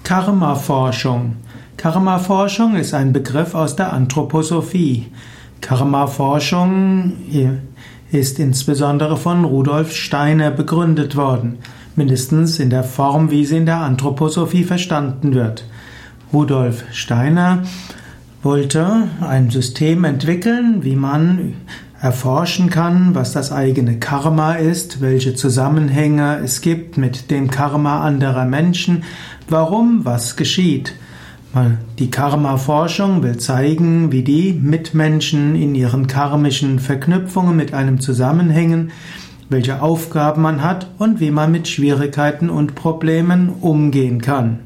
Karma-Forschung. Karma-Forschung ist ein Begriff aus der Anthroposophie. Karma-Forschung ist insbesondere von Rudolf Steiner begründet worden, mindestens in der Form, wie sie in der Anthroposophie verstanden wird. Rudolf Steiner wollte ein System entwickeln, wie man erforschen kann, was das eigene Karma ist, welche Zusammenhänge es gibt mit dem Karma anderer Menschen, warum was geschieht. Die Karma-Forschung will zeigen, wie die Mitmenschen in ihren karmischen Verknüpfungen mit einem zusammenhängen, welche Aufgaben man hat und wie man mit Schwierigkeiten und Problemen umgehen kann.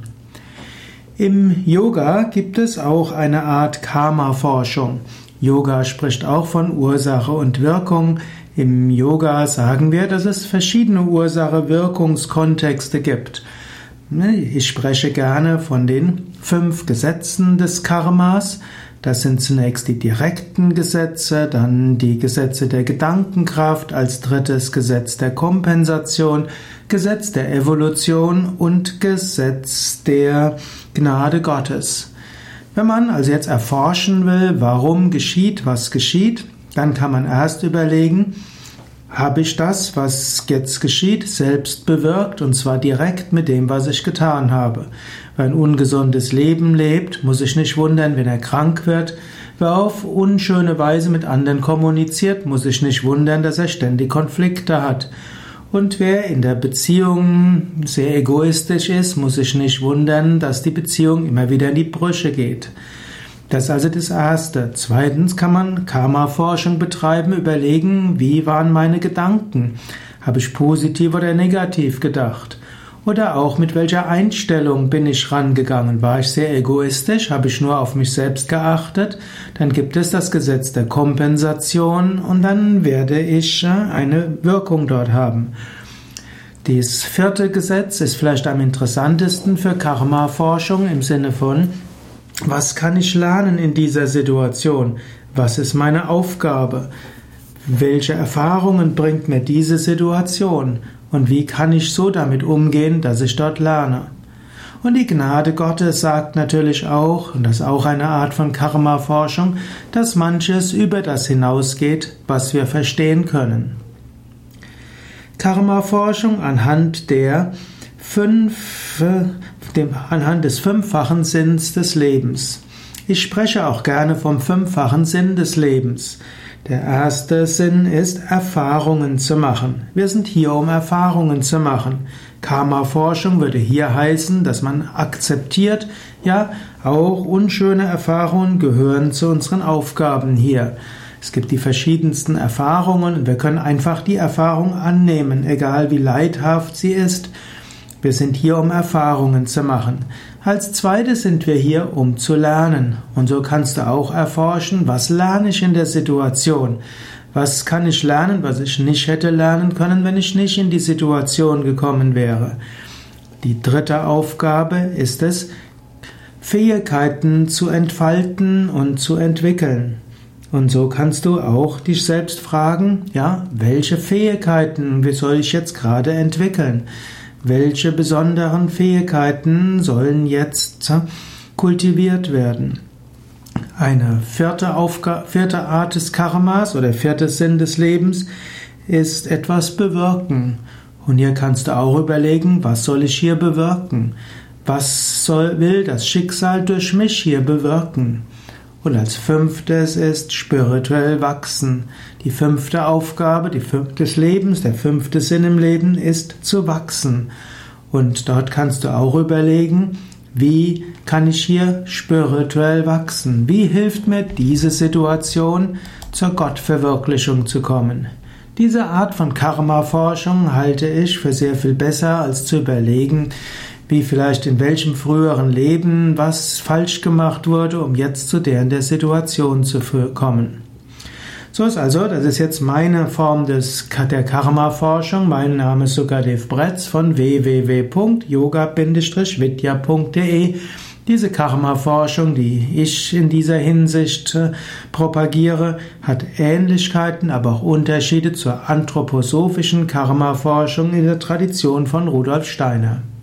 Im Yoga gibt es auch eine Art Karma-Forschung. Yoga spricht auch von Ursache und Wirkung. Im Yoga sagen wir, dass es verschiedene Ursache-Wirkungskontexte gibt. Ich spreche gerne von den 5 Gesetzen des Karmas. Das sind zunächst die direkten Gesetze, dann die Gesetze der Gedankenkraft, als drittes Gesetz der Kompensation, Gesetz der Evolution und Gesetz der Gnade Gottes. Wenn man also jetzt erforschen will, warum geschieht, was geschieht, dann kann man erst überlegen, habe ich das, was jetzt geschieht, selbst bewirkt, und zwar direkt mit dem, was ich getan habe. Wer ein ungesundes Leben lebt, muss sich nicht wundern, wenn er krank wird. Wer auf unschöne Weise mit anderen kommuniziert, muss sich nicht wundern, dass er ständig Konflikte hat. Und wer in der Beziehung sehr egoistisch ist, muss sich nicht wundern, dass die Beziehung immer wieder in die Brüche geht. Das ist also das Erste. Zweitens kann man Karma-Forschung betreiben, überlegen, wie waren meine Gedanken? Habe ich positiv oder negativ gedacht? Oder auch mit welcher Einstellung bin ich rangegangen? War ich sehr egoistisch? Habe ich nur auf mich selbst geachtet? Dann gibt es das Gesetz der Kompensation und dann werde ich eine Wirkung dort haben. Das 4. Gesetz ist vielleicht am interessantesten für Karma-Forschung im Sinne von: Was kann ich lernen in dieser Situation? Was ist meine Aufgabe? Welche Erfahrungen bringt mir diese Situation? Und wie kann ich so damit umgehen, dass ich dort lerne? Und die Gnade Gottes sagt natürlich auch, und das ist auch eine Art von Karma-Forschung, dass manches über das hinausgeht, was wir verstehen können. Karma-Forschung anhand des 5-fachen Sinns des Lebens. Ich spreche auch gerne vom 5-fachen Sinn des Lebens. Der erste Sinn ist, Erfahrungen zu machen. Wir sind hier, um Erfahrungen zu machen. Karma-Forschung würde hier heißen, dass man akzeptiert, ja, auch unschöne Erfahrungen gehören zu unseren Aufgaben hier. Es gibt die verschiedensten Erfahrungen und wir können einfach die Erfahrung annehmen, egal wie leidhaft sie ist. Wir sind hier, um Erfahrungen zu machen. Als zweites sind wir hier, um zu lernen. Und so kannst du auch erforschen, was lerne ich in der Situation? Was kann ich lernen, was ich nicht hätte lernen können, wenn ich nicht in die Situation gekommen wäre? Die 3. Aufgabe ist es, Fähigkeiten zu entfalten und zu entwickeln. Und so kannst du auch dich selbst fragen, ja, welche Fähigkeiten soll ich jetzt gerade entwickeln? Welche besonderen Fähigkeiten sollen jetzt kultiviert werden? Eine 4. Art des Karmas oder 4. Sinn des Lebens ist etwas bewirken. Und hier kannst du auch überlegen, was soll ich hier bewirken? Will das Schicksal durch mich hier bewirken? Und als 5. ist spirituell wachsen. Die 5. Aufgabe des Lebens, der 5. Sinn im Leben ist zu wachsen. Und dort kannst du auch überlegen, wie kann ich hier spirituell wachsen? Wie hilft mir diese Situation, zur Gottverwirklichung zu kommen? Diese Art von Karma-Forschung halte ich für sehr viel besser, als zu überlegen, wie vielleicht in welchem früheren Leben was falsch gemacht wurde, um jetzt zu der Situation zu kommen. So ist also, das ist jetzt meine Form der Karma-Forschung. Mein Name ist Sukadev Bretz von www.yoga-vidya.de. Diese Karma-Forschung, die ich in dieser Hinsicht propagiere, hat Ähnlichkeiten, aber auch Unterschiede zur anthroposophischen Karma-Forschung in der Tradition von Rudolf Steiner.